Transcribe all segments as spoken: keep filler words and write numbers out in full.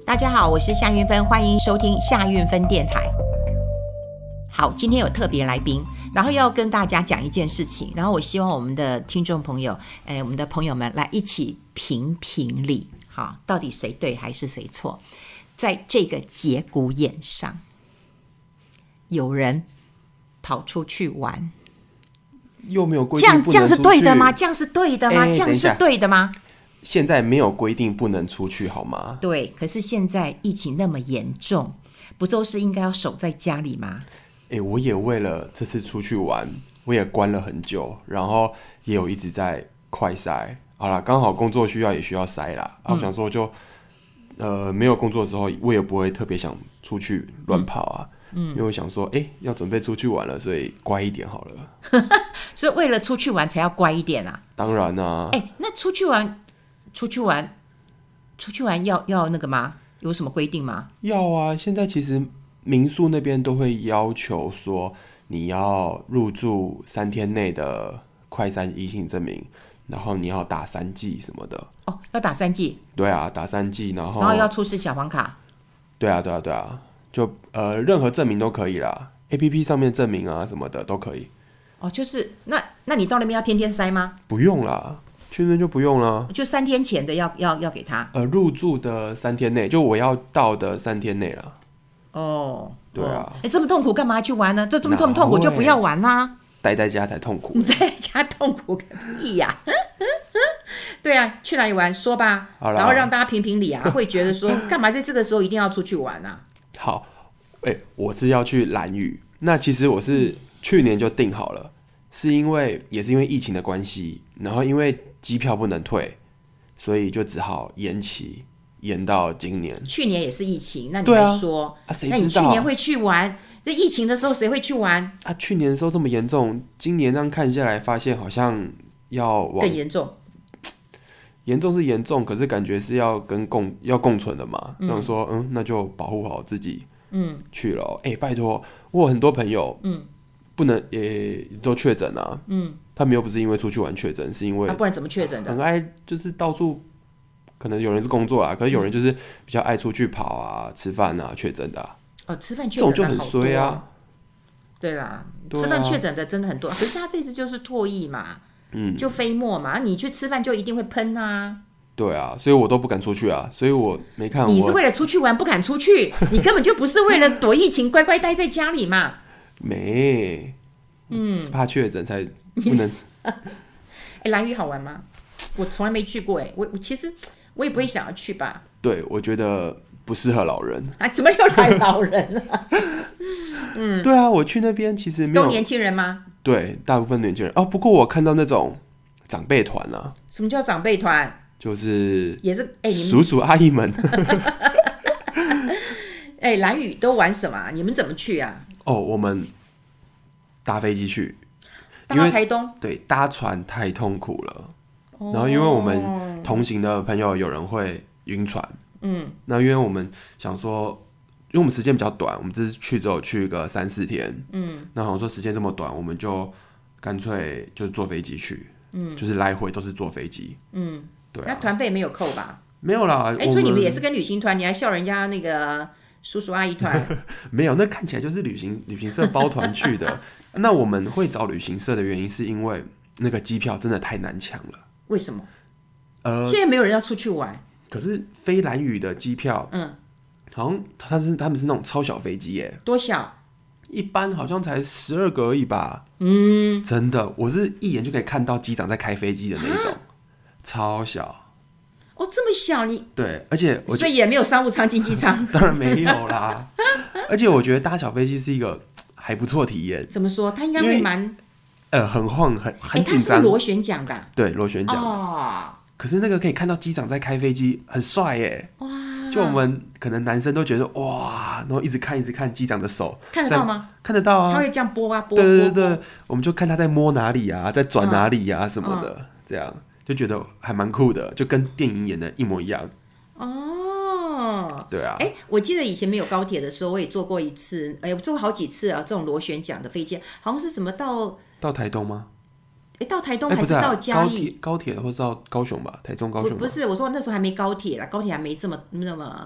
大家好，我是夏运芬，欢迎收听夏运芬电台。好，今天有特别来宾，然后要跟大家讲一件事情，然后我希望我们的听众朋友，呃，我们的朋友们来一起评评理，好，到底谁对还是谁错？在这个节骨眼上，有人跑出去玩， 又没有规这样定不能出去， 这样是对的吗？这样是对的吗？ 欸这样是对的吗？ 现在没有规定不能出去，好吗？ 对，可是现在疫情那么严重，不都是应该要守在家里吗？ 欸，我也为了这次出去玩，我也关了很久，然后也有一直在快筛。好啦，刚好工作需要也需要筛啦。啊，我想说就呃没有工作的时候，我也不会特别想出去乱跑啊。嗯，因为我想说，哎、欸，要准备出去玩了，所以乖一点好了。 所以为了出去玩才要乖一点啊。 当然啊。 哎、欸，那出去玩，出去玩，出去玩要要那个吗？有什么规定吗？ 要啊，现在其实民宿那边都会要求说，你要入住三天内的快筛阴性证明，然后你要打三剂什么的。 哦，要打三剂。 对啊，打三剂，然后然后要出示小黄卡。 对啊，对啊，对啊，就呃任何证明都可以啦 ，A P P 上面证明啊什么的都可以。 哦，就是那那你到那边要天天筛吗？ 不用啦，去那边就不用了。 就三天前的要要要给他。 呃，入住的三天内，就我要到的三天内了。 哦， 对啊。 哎、哦，这么痛苦干嘛去玩呢？这这么这么痛苦就不要玩啦、啊。 待在家才痛苦。 你在家痛苦个屁呀、啊！对啊，去哪里玩说吧，然后让大家评评理啊，会觉得说干嘛在这个时候一定要出去玩啊？ 好，哎、欸，我是要去兰屿，那其实我是去年就订好了，是因为也是因为疫情的关系，然后因为机票不能退，所以就只好延期，延到今年。 去年也是疫情，那你还说， 啊啊、 那你去年会去玩？这疫情的时候谁会去玩啊？去年的时候这么严重，今年这样看下来，发现好像要往更严重。 严重是严重，可是感觉是要跟共要共存的嘛。然后、嗯、说，嗯，那就保护好自己，嗯，去了。哎、欸，拜托，我有很多朋友，嗯，不能也都确诊啊，嗯，他们又不是因为出去玩确诊，是因为、 啊、不然怎么确诊的？ 很爱就是到处，可能有人是工作啦，可是有人就是比较爱出去跑啊、吃饭啊，确诊的、啊。 哦，吃饭确诊的这种就很衰啊。 对啦， 对啊、 吃饭确诊的真的很多，可是他这次就是唾液嘛。嗯，就飞沫嘛，你去吃饭就一定会喷啊。 对啊，所以我都不敢出去啊，所以我没看我。 你是为了出去玩不敢出去，你根本就不是为了躲疫情，乖乖待在家里嘛。 没，嗯，是怕确诊才不能。 哎欸，兰屿好玩吗？我从来没去过哎、欸，我我其实我也不会想要去吧。 对，我觉得不适合老人。 啊，怎么又来老人了？ 嗯，对啊，我去那边其实没有都年轻人吗？ 对，大部分年轻人哦。不过我看到那种长辈团啊。 什么叫长辈团？ 就是也是哎， 叔叔阿姨们。 哎，兰屿都玩什么、啊？你们怎么去啊？ 哦，我们搭飞机去， 搭台东。 对，搭船太痛苦了。哦、然后因为我们同行的朋友有人会晕船，嗯，那因为我们想说。因为我们时间比较短，我们这次去只有去个三四天，嗯，那我说时间这么短，我们就干脆就是坐飞机去，嗯，就是来回都是坐飞机，嗯，对、啊。 那团费没有扣吧？ 没有啦， 哎、欸，所以你们也是跟旅行团，你还笑人家那个叔叔阿姨团？ 没有，那看起来就是旅行旅行社包团去的。那我们会找旅行社的原因，是因为那个机票真的太难抢了。 为什么？呃，现在没有人要出去玩。 可是飞兰屿的机票，嗯。好像他是他们是那种超小飞机耶， 多小？ 一般好像才十二个而已吧。嗯，真的，我是一眼就可以看到机长在开飞机的那一种，超小。 哦，这么小你？ 对，而且我所以也没有商务舱、经济舱。 当然没有啦。而且我觉得搭小飞机是一个还不错体验。 怎么说？它应该会蛮呃很晃，很很紧张。 它是螺旋桨的、啊。 对，螺旋桨。 哦。 可是那个可以看到机长在开飞机，很帅耶。哇。就我们可能男生都觉得哇，然后一直看一直看机长的手， 看得到吗？ 看得到啊， 他会这样拨啊拨。 对对对对，我们就看他在摸哪里啊，在转哪里啊、嗯、什么的，嗯、这样就觉得还蛮酷的，就跟电影演的一模一样。 哦， 对啊。 哎，我记得以前没有高铁的时候，我也坐过一次，哎，我坐过好几次啊，这种螺旋桨的飞机，好像是什么到到台东吗？ 哎，到台东还是到嘉义？ 高铁或是到高雄吧，台中、高雄。 不是，我说那时候还没高铁啦，高铁还没这么那么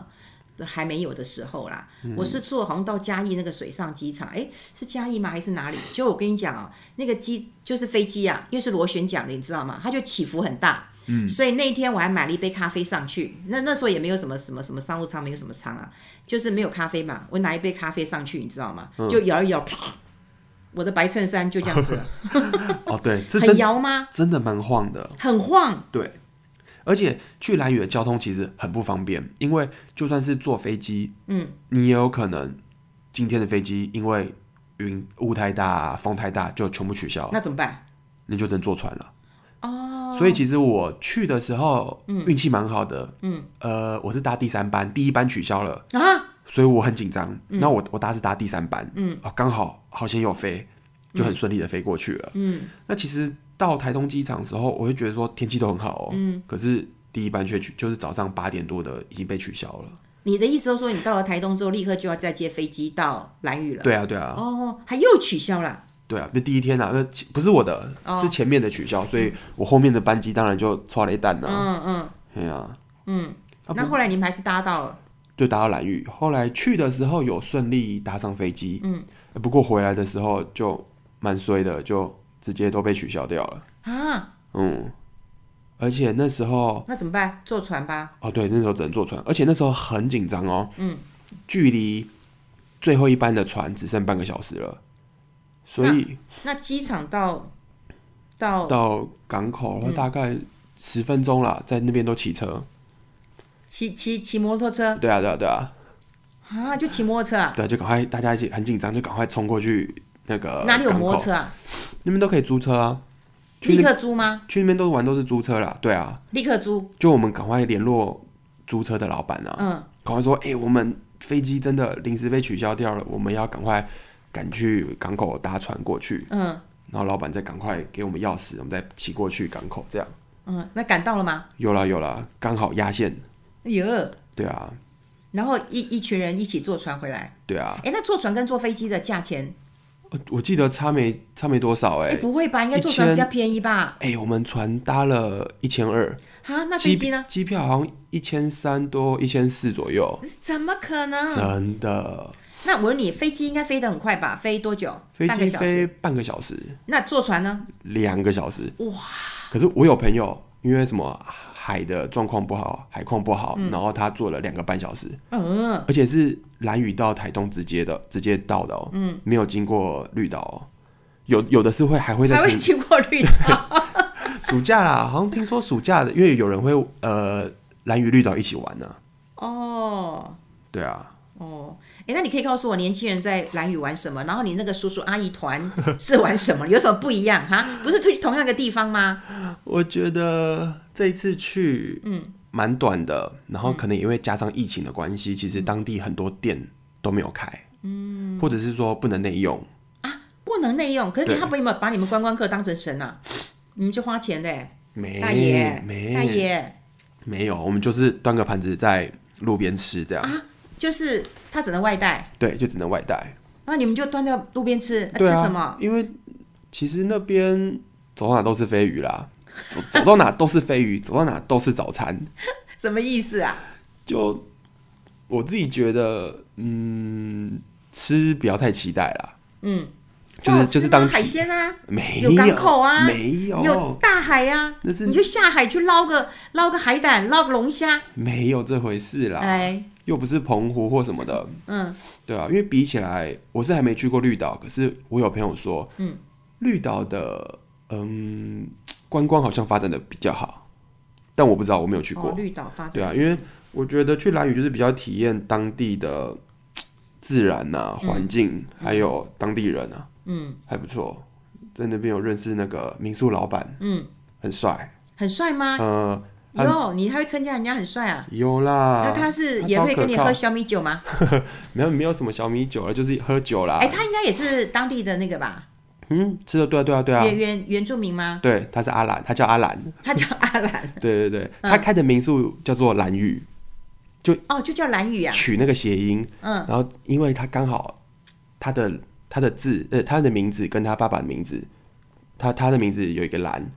还没有的时候啦，嗯、我是坐好像到嘉义那个水上机场，哎，是嘉义吗？还是哪里？就我跟你讲啊，那个机就是飞机啊，因为是螺旋桨的，你知道吗？它就起伏很大。嗯，所以那一天我还买了一杯咖啡上去，那那时候也没有什么什么什么商务舱，没有什么舱啊，就是没有咖啡嘛。我拿一杯咖啡上去，你知道吗？嗯、就摇一摇，啪，我的白衬衫就这样子了。 哦，对，这很摇吗？ 真的蛮晃的， 很晃。 对，而且去兰屿的交通其实很不方便，因为就算是坐飞机，嗯，你也有可能今天的飞机因为云雾太大、风太大就全部取消， 那怎么办？ 你就只能坐船了。哦，所以其实我去的时候运气蛮好的，嗯，呃，我是搭第三班，第一班取消了啊，所以我很紧张。那、嗯、我我搭是搭第三班，嗯，啊，刚好好险有飞，就很顺利的飞过去了。嗯，那其实到台东机场的时候，我会觉得说天气都很好哦，嗯，可是第一班却取就是早上八点多的已经被取消了。 你的意思是说，你到了台东之后，立刻就要再接飞机到兰屿了？ 对啊，对啊。 哦，还又取消了。 对啊，就第一天啊，不是我的，哦、是前面的取消，所以我后面的班机当然就错了一单了。嗯嗯，对啊， 嗯。那后来你们还是搭到了？ 就搭到兰屿。后来去的时候有顺利搭上飞机，嗯，不过回来的时候就蛮衰的，就直接都被取消掉了。啊，嗯。而且那时候那怎么办？坐船吧。 哦，对，那时候只能坐船，而且那时候很紧张哦。嗯，距离最后一班的船只剩半个小时了。所以那机场到到到港口的话，大概十分钟啦，在那边都骑车， 骑骑骑摩托车。 对啊，对啊，对啊。 啊，就骑摩托车啊？ 对，就赶快大家一起很紧张，就赶快冲过去那个。 哪里有摩托车啊？ 那边都可以租车啊。 立刻租吗？ 去那边都玩都是租车啦，对啊。 立刻租。 就我们赶快联络租车的老板啊，嗯，赶快说，哎、欸，我们飞机真的临时被取消掉了，我们要赶快。赶去港口搭船过去，嗯，然后老板再赶快给我们钥匙，我们再骑过去港口，这样， 嗯，那赶到了吗？ 有啦有啦，刚好压线。 哎呦， 对啊， 然后一一群人一起坐船回来。 对啊， 哎，那坐船跟坐飞机的价钱， 我记得差没差没多少哎、欸， 不会吧？应该坐船比较便宜吧？ 哎，我们船搭了一千二， 啊，那飞机呢？ 机票好像一千三多，一千四左右。 怎么可能？ 真的。 那我问你，飞机应该飞得很快吧？飞多久？ 飞机飞半个小时。 那坐船呢？ 两个小时。哇！可是我有朋友，因为什么海的状况不好，海况不好，嗯、然后他坐了两个半小时。嗯。而且是兰屿到台东直接的，直接到的哦。嗯。没有经过绿岛哦。有有的是会还会再还会经过绿岛。 暑假啦，好像听说暑假的，因为有人会呃兰屿绿岛一起玩呢、啊。哦。对啊。 哦，哎，那你可以告诉我，年轻人在兰屿玩什么？然后你那个叔叔阿姨团是玩什么？有什么不一样哈？不是去同样的地方吗？ 我觉得这一次去，嗯，蛮短的，然后可能因为加上疫情的关系，嗯、其实当地很多店都没有开，嗯，或者是说不能内用啊，不能内用。可是他不有没有把你们观光客当成神啊？你们就花钱的， 没， 大爷， 没， 大爷， 没有，我们就是端个盘子在路边吃这样啊。 就是他只能外带， 对，就只能外带。 那你们就端到路边吃，那吃什么、啊？ 因为其实那边走到哪都是飞鱼啦，走走到哪都是飞鱼，走到哪都是早餐。 什么意思啊？ 就我自己觉得，嗯，吃不要太期待啦。嗯，就是就是当海鲜啊， 没有港口啊， 没有有大海啊，你就下海去捞个捞个海胆，捞个龙虾， 没有这回事啦。哎。又不是澎湖或什么的，嗯，对啊，因为比起来，我是还没去过绿岛，可是我有朋友说，嗯，绿岛的嗯观光好像发展的比较好，但我不知道，我没有去过。 哦、绿岛发展， 对啊，因为我觉得去兰屿就是比较体验当地的自然啊、环境，嗯、还有当地人啊，嗯，还不错，在那边有认识那个民宿老板，嗯，很帅， 很帅吗？呃。有，你还会称赞人家很帅啊？ 有啦。 那他是也会跟你喝小米酒吗？ 没有，没有什么小米酒了，就是喝酒啦。 哎、欸，他应该也是当地的那个吧？ 嗯，是的，对啊，对啊，对啊。 原原原住民吗？ 对，他是阿兰，他叫阿兰。 他叫阿兰。 对对对，嗯、他开的民宿叫做兰屿，就哦，就叫兰屿啊， 取那个谐音。嗯。然后，因为他刚好他的他的字呃他的名字跟他爸爸的名字，他他的名字有一个兰。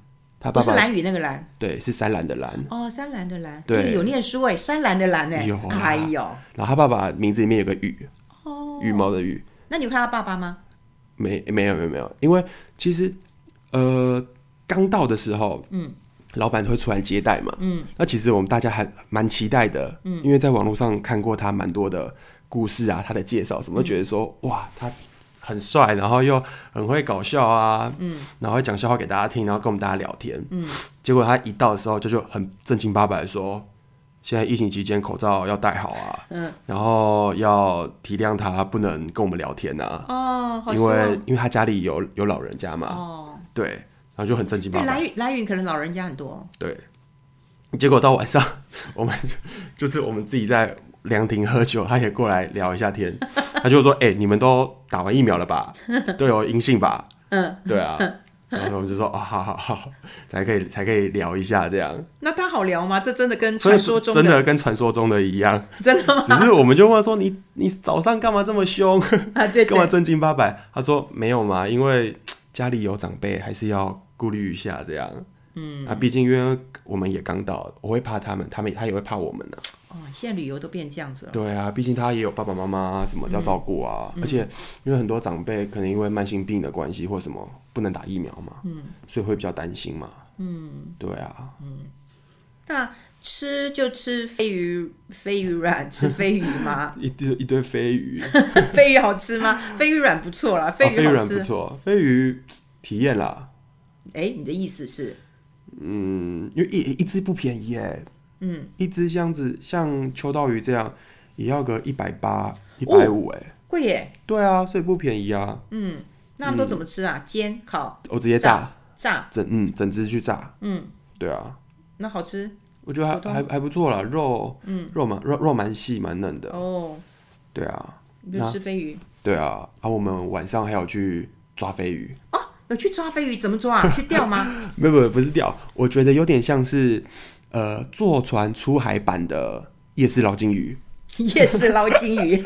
他爸爸不是蓝屿那个蓝， 对，是山兰的兰。 哦，山兰的兰， 对， 有念书哎，山兰的兰哎， 有， 哎呦， 然后他爸爸名字里面有个羽，哦，羽毛的羽。 那你有看他爸爸吗？ 没，没有，没有，没有，因为其实呃刚到的时候，嗯，老板会出来接待嘛，嗯，那其实我们大家还蛮期待的，嗯，因为在网络上看过他蛮多的故事啊，他的介绍什么，都觉得说、嗯、哇他。很帅，然后又很会搞笑啊，嗯，然后会讲笑话给大家听，然后跟我们大家聊天，嗯，结果他一到的时候就就很正经八百的说，现在疫情期间口罩要戴好啊，嗯，然后要体谅他不能跟我们聊天啊， 哦，好因为因为他家里有有老人家嘛，哦，对，然后就很正经八百。 对，兰屿兰屿可能老人家很多， 对，结果到晚上我们就就是我们自己在凉亭喝酒，他也过来聊一下天。他就说：“哎、欸，你们都打完疫苗了吧？都有阴性吧？嗯，对啊。然后我们就说：啊，好好好，才可以才可以聊一下这样。 那他好聊吗？这真的跟传说中的真的跟传说中的一样， 真的吗？ 只是我们就问说你你早上干嘛这么凶啊？对， 干嘛正经八百？他说没有嘛，因为家里有长辈，还是要顾虑一下这样。嗯，啊，毕竟因为我们也刚到，我会怕他们，他们他也会怕我们呢、啊。” 哦，现在旅游都变这样子了。 对啊，毕竟他也有爸爸妈妈什么要照顾啊、嗯，而且因为很多长辈可能因为慢性病的关系或什么不能打疫苗嘛，嗯，所以会比较担心嘛，嗯，对啊，嗯， 那吃就吃飞鱼，飞鱼软吃飞鱼吗？ 一堆一堆飞鱼， 飞鱼好吃吗？飞鱼软不错啦，飞鱼好吃， 哦、飞鱼软不错，飞鱼体验啦。 哎、欸，你的意思是？ 嗯，因为一一只不便宜哎。嗯，一只这样子，像秋刀鱼这样，也要个一百八、一百五，哎， 贵耶。 对啊，所以不便宜啊。 嗯，那他们都怎么吃啊？嗯、煎、烤？ 我直接炸， 炸， 整嗯整只去炸。 嗯， 对啊。 那好吃？ 我觉得还还还不错啦，肉，嗯，肉蛮肉肉蛮细蛮嫩的。 哦， 对啊。 你就吃飞鱼？ 对啊，啊，我们晚上还有去抓飞鱼。 哦，有去抓飞鱼？怎么抓啊？去钓吗？ 没有没有，不是钓，我觉得有点像是。呃，坐船出海版的夜市捞金鱼， 夜市捞金鱼，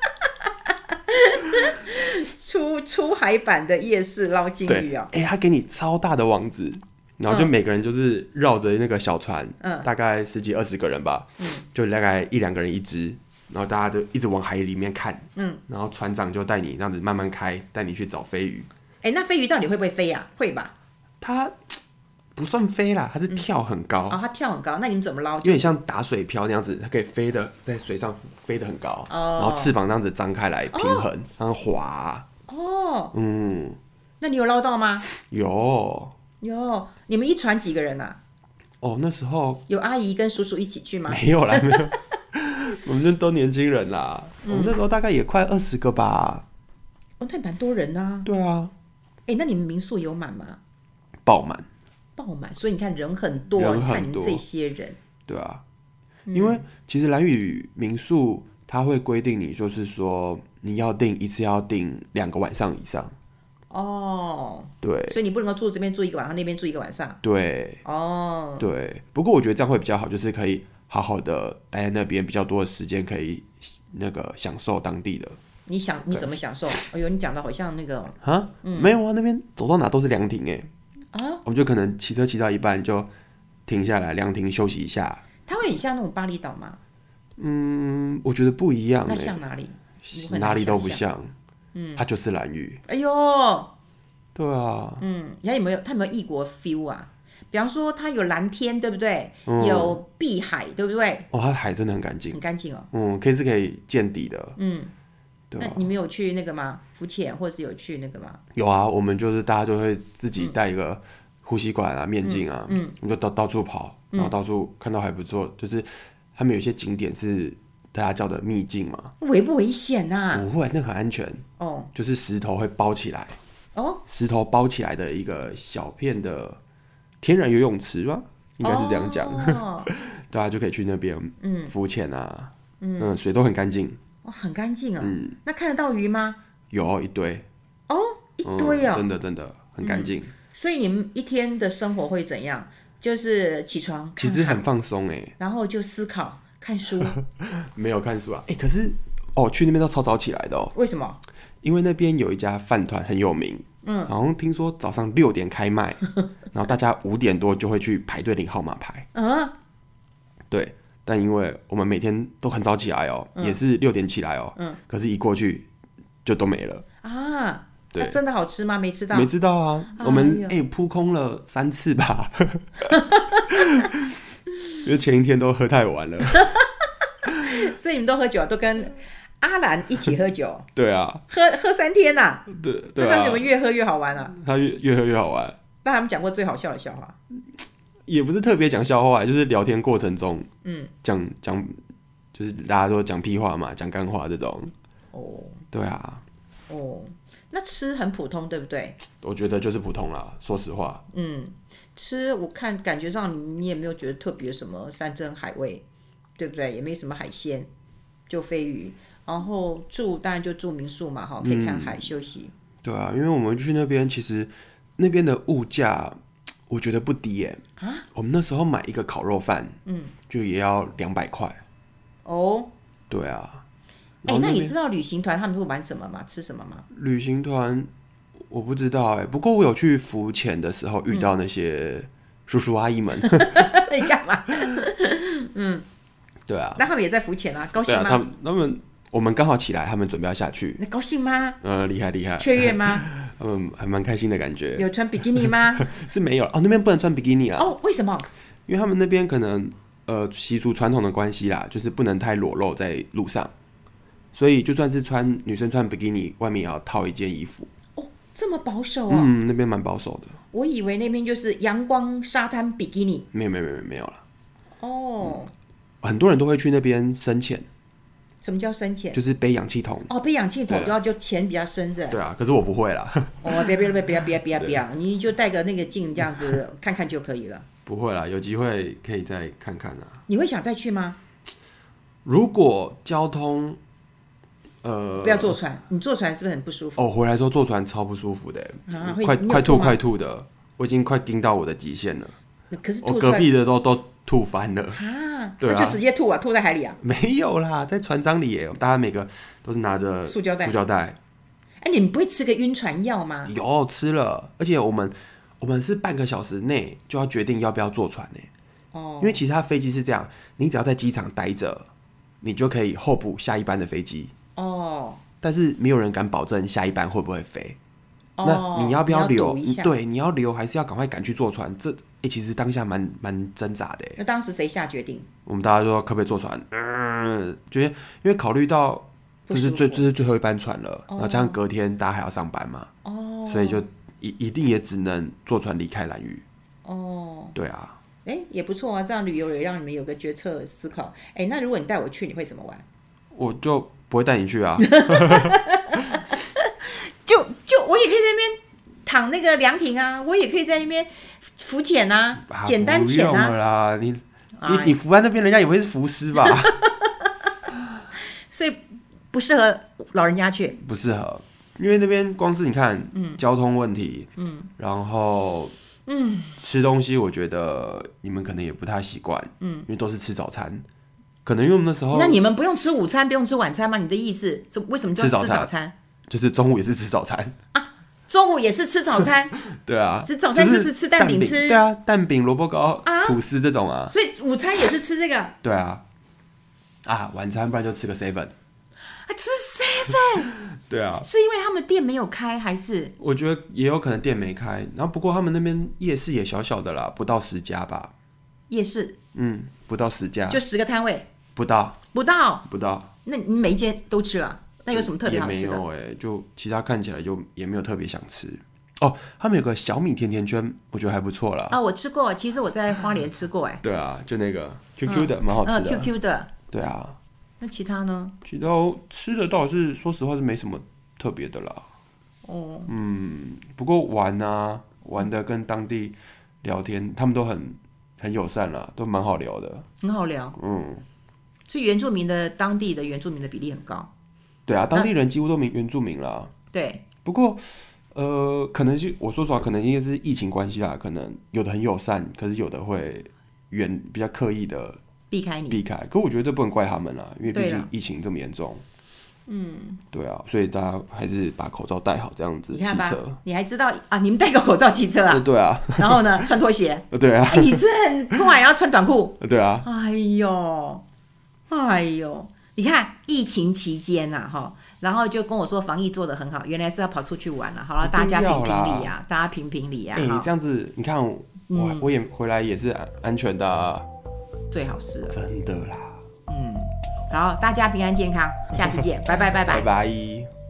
出出海版的夜市捞金鱼啊！ 哎、欸，他给你超大的网子，然后就每个人就是绕着那个小船，嗯，大概十几二十个人吧，嗯，就大概一两个人一只，然后大家就一直往海里面看，嗯，然后船长就带你这样子慢慢开，带你去找飞鱼。 哎、欸，那飞鱼到底会不会飞啊？会吧？ 它。不算飞啦，它是跳很高。 嗯、哦，它跳很高，那你们怎么捞？ 有点像打水漂那样子，它可以飞的在水上飞得很高，哦、然后翅膀这样子张开来平衡，然后滑。 哦， 嗯， 那你有捞到吗？ 有， 有。你们一船几个人啊？ 哦，那时候有阿姨跟叔叔一起去吗？ 没有啦，没有。我们都年轻人啦、嗯，我们那时候大概也快二十个吧。 哦，那蛮多人啊。 对啊。 哎、欸，那你们民宿有满吗？ 爆满。 爆满，所以你看人很多， 人很多， 你看你们这些人， 对啊，嗯、因为其实兰屿民宿它会规定你，就是说你要订一次要订两个晚上以上。 哦， 对， 所以你不能够住这边住一个晚上，那边住一个晚上。 对， 哦， 对。不过我觉得这样会比较好，就是可以好好的待在那边，比较多的时间可以那个享受当地的。 你想你怎么享受？哎呦，你讲的好像那个啊、嗯，没有啊，那边走到哪都是凉亭哎。啊，我们就可能骑车骑到一半就停下来凉亭休息一下。 它会很像那种巴厘岛吗？ 嗯，我觉得不一样、欸。 那像哪里？ 哪里都不像。嗯，它就是兰屿。 哎呦， 对啊。 嗯，它有没有它有没有异国 feel 啊？比方说它有蓝天，对不对？嗯、有碧海，对不对？ 哦，它海真的很干净， 很干净哦。 嗯，可以是可以见底的。嗯。 那你们有去那个吗？浮潜，或者是有去那个吗？ 有啊，我们就是大家都会自己带一个呼吸管啊、面镜啊，嗯，我们就到到处跑，然后到处看到还不错，就是他们有一些景点是大家叫的秘境嘛。 危不危险啊？ 不会，那很安全哦，就是石头会包起来哦，石头包起来的一个小片的天然游泳池吧，应该是这样讲，哦、大家就可以去那边嗯浮潜啊，嗯, 嗯，水都很干净。 哦，很干净哦。嗯，那看得到鱼吗？ 有一堆。 哦，一堆哦。 嗯、真的真的很干净、嗯。 所以你们一天的生活会怎样？就是起床， 其实很放松哎， 然后就思考、看书。 没有看书啊，哎、欸，可是哦，去那边都超早起来的哦。 为什么？ 因为那边有一家饭团很有名，嗯，好像听说早上六点开卖，然后大家五点多就会去排队领号码牌。嗯，对。但因为我们每天都很早起来哦、喔嗯，也是六点起来哦、喔，嗯，可是一过去就都没了啊。对， 啊、真的好吃吗？没吃到， 没吃到啊。哎、我们哎扑、欸、空了三次吧，因为前一天都喝太晚了。 所以你们都喝酒，都跟阿兰一起喝酒。 对啊， 喝喝三天呐、啊。 对对啊。 那他怎么越喝越好玩啊？ 他 越, 越喝越好玩。 那他们讲过最好笑的笑话？ 也不是特别讲笑话，就是聊天过程中，嗯，讲讲就是大家都讲屁话嘛，讲干话这种。哦，对啊。 哦，那吃很普通，对不对？ 我觉得就是普通啦，说实话。 嗯，吃我看感觉上你也没有觉得特别什么山珍海味，对不对？也没什么海鲜，就飞鱼。然后住当然就住民宿嘛，哈，可以看海、嗯、休息。 对啊，因为我们去那边，其实那边的物价。我觉得不低耶、欸啊！我们那时候买一个烤肉饭，嗯，就也要两百块。哦，对啊。 哎、欸，那你知道旅行团他们会玩什么吗？吃什么吗？ 旅行团我不知道哎、欸，不过我有去浮潜的时候遇到那些叔叔阿姨们。 你干嘛？嗯， 对啊。 那他们也在浮潜啊，高兴吗？ 对啊，他们他们我们刚好起来，他们准备要下去。 那高兴吗？ 呃，厉害厉害。 雀跃吗？ 他们还蛮开心的感觉。 有穿比基尼吗？ 是没有哦，那边不能穿比基尼啊。 哦，为什么？ 因为他们那边可能呃习俗传统的关系啦，就是不能太裸露在路上，所以就算是穿女生穿比基尼，外面也要套一件衣服。 哦，这么保守啊？ 嗯，那边蛮保守的。 我以为那边就是阳光沙滩比基尼。 没有没有没有没有了。 哦、嗯， 很多人都会去那边深潜。 什么叫深潜？ 就是背氧气筒。 哦，背氧气筒，然后就潜比较深着。 对啊，可是我不会啦。 哦，别别别别别别别，你就带个那个镜这样子看看就可以了。 不会啦，有机会可以再看看啦。 你会想再去吗？ 如果交通，呃， 不要坐船，你坐船是不是很不舒服？ 哦，回来之后坐船超不舒服的、啊，快快吐快吐的，我已经快盯到我的极限了。 可是吐我隔壁的都都吐翻了啊！对啊， 那就直接吐啊，吐在海里啊？ 没有啦，在船舱里耶，大家每个都是拿着塑胶袋。 塑胶袋。 哎、欸，你们不会吃个晕船药吗？ 有吃了，而且我们我们是半个小时内就要决定要不要坐船呢。哦，因为其他飞机是这样，你只要在机场待着，你就可以候补下一班的飞机。哦，但是没有人敢保证下一班会不会飞。哦、那你要不要留？你要对，你要留还是要赶快赶去坐船？这哎、欸，其实当下蛮蛮挣扎的。 那当时谁下决定？ 我们大家说可不可以坐船？嗯，觉得因为考虑到这是最这是最后一班船了，哦、然后加上隔天大家还要上班嘛，哦，所以就一一定也只能坐船离开兰屿。哦，对啊。 哎、欸，也不错啊，这样旅游也让你们有个决策思考。哎、欸，那如果你带我去，你会怎么玩？ 我就不会带你去啊。 就就我也可以在那边躺那个凉亭啊，我也可以在那边浮潜啊，啊简单潜啊。 不用了啦，你你你浮在那边，人家以为是浮尸吧？ 所以不适合老人家去。 不适合，因为那边光是你看，嗯，交通问题，嗯，然后嗯，吃东西，我觉得你们可能也不太习惯，嗯，因为都是吃早餐。可能因为我们那时候， 那你们不用吃午餐，不用吃晚餐吗？你的意思是为什么就要吃早餐？ 就是中午也是吃早餐啊，中午也是吃早餐。 对啊， 吃早餐就是吃蛋饼，吃对啊，蛋饼、萝卜糕、啊、吐司这种啊。 所以午餐也是吃这个。 对啊，啊，晚餐不然就吃个 seven。 啊，吃 seven。 对啊， 是因为他们店没有开，还是？ 我觉得也有可能店没开，然后不过他们那边夜市也小小的啦，不到十家吧。 夜市？ 嗯，不到十家， 就十个摊位。 不到， 不到， 不到。 那你每一间都吃了？那有什么特别好吃的？ 也没有哎、欸，就其他看起来就也没有特别想吃哦。他们有个小米甜甜圈，我觉得还不错啦。 啊，我吃过，其实我在花莲吃过哎、欸。 对啊，就那个 Q Q 的，蛮、嗯、好吃的。 嗯 ，Q Q 的。 对啊。 那其他呢？ 其他吃的倒是说实话是没什么特别的啦。哦。嗯，不过玩啊，玩的跟当地聊天，他们都很很友善啦，都蛮好聊的。 很好聊。嗯。所以原住民的当地的原住民的比例很高。 对啊，当地人几乎都原住民啦。 对。 不过，呃，可能是我说实话，可能因为是疫情关系啦，可能有的很友善，可是有的会远比较刻意的避开你。 避开，可我觉得这不能怪他们啦，因为毕竟疫情这么严重。 嗯，对啊，所以大家还是把口罩戴好，这样子。 你看吧骑车， 你还知道啊？你们戴个口罩骑车啊？ 对啊。 然后呢，穿拖鞋。 对啊。 哎，你这很快，然后穿短裤。 对啊。 哎呦，哎呦，你看疫情期间呐、啊，哈，然后就跟我说防疫做得很好，原来是要跑出去玩了、啊。好了，大家评评理啊，大家评评理啊。 哎、欸，这样子，你看我、嗯、我也回来也是安全的、啊， 最好是真的啦。 嗯，好，大家平安健康，下次见，拜拜拜拜拜拜。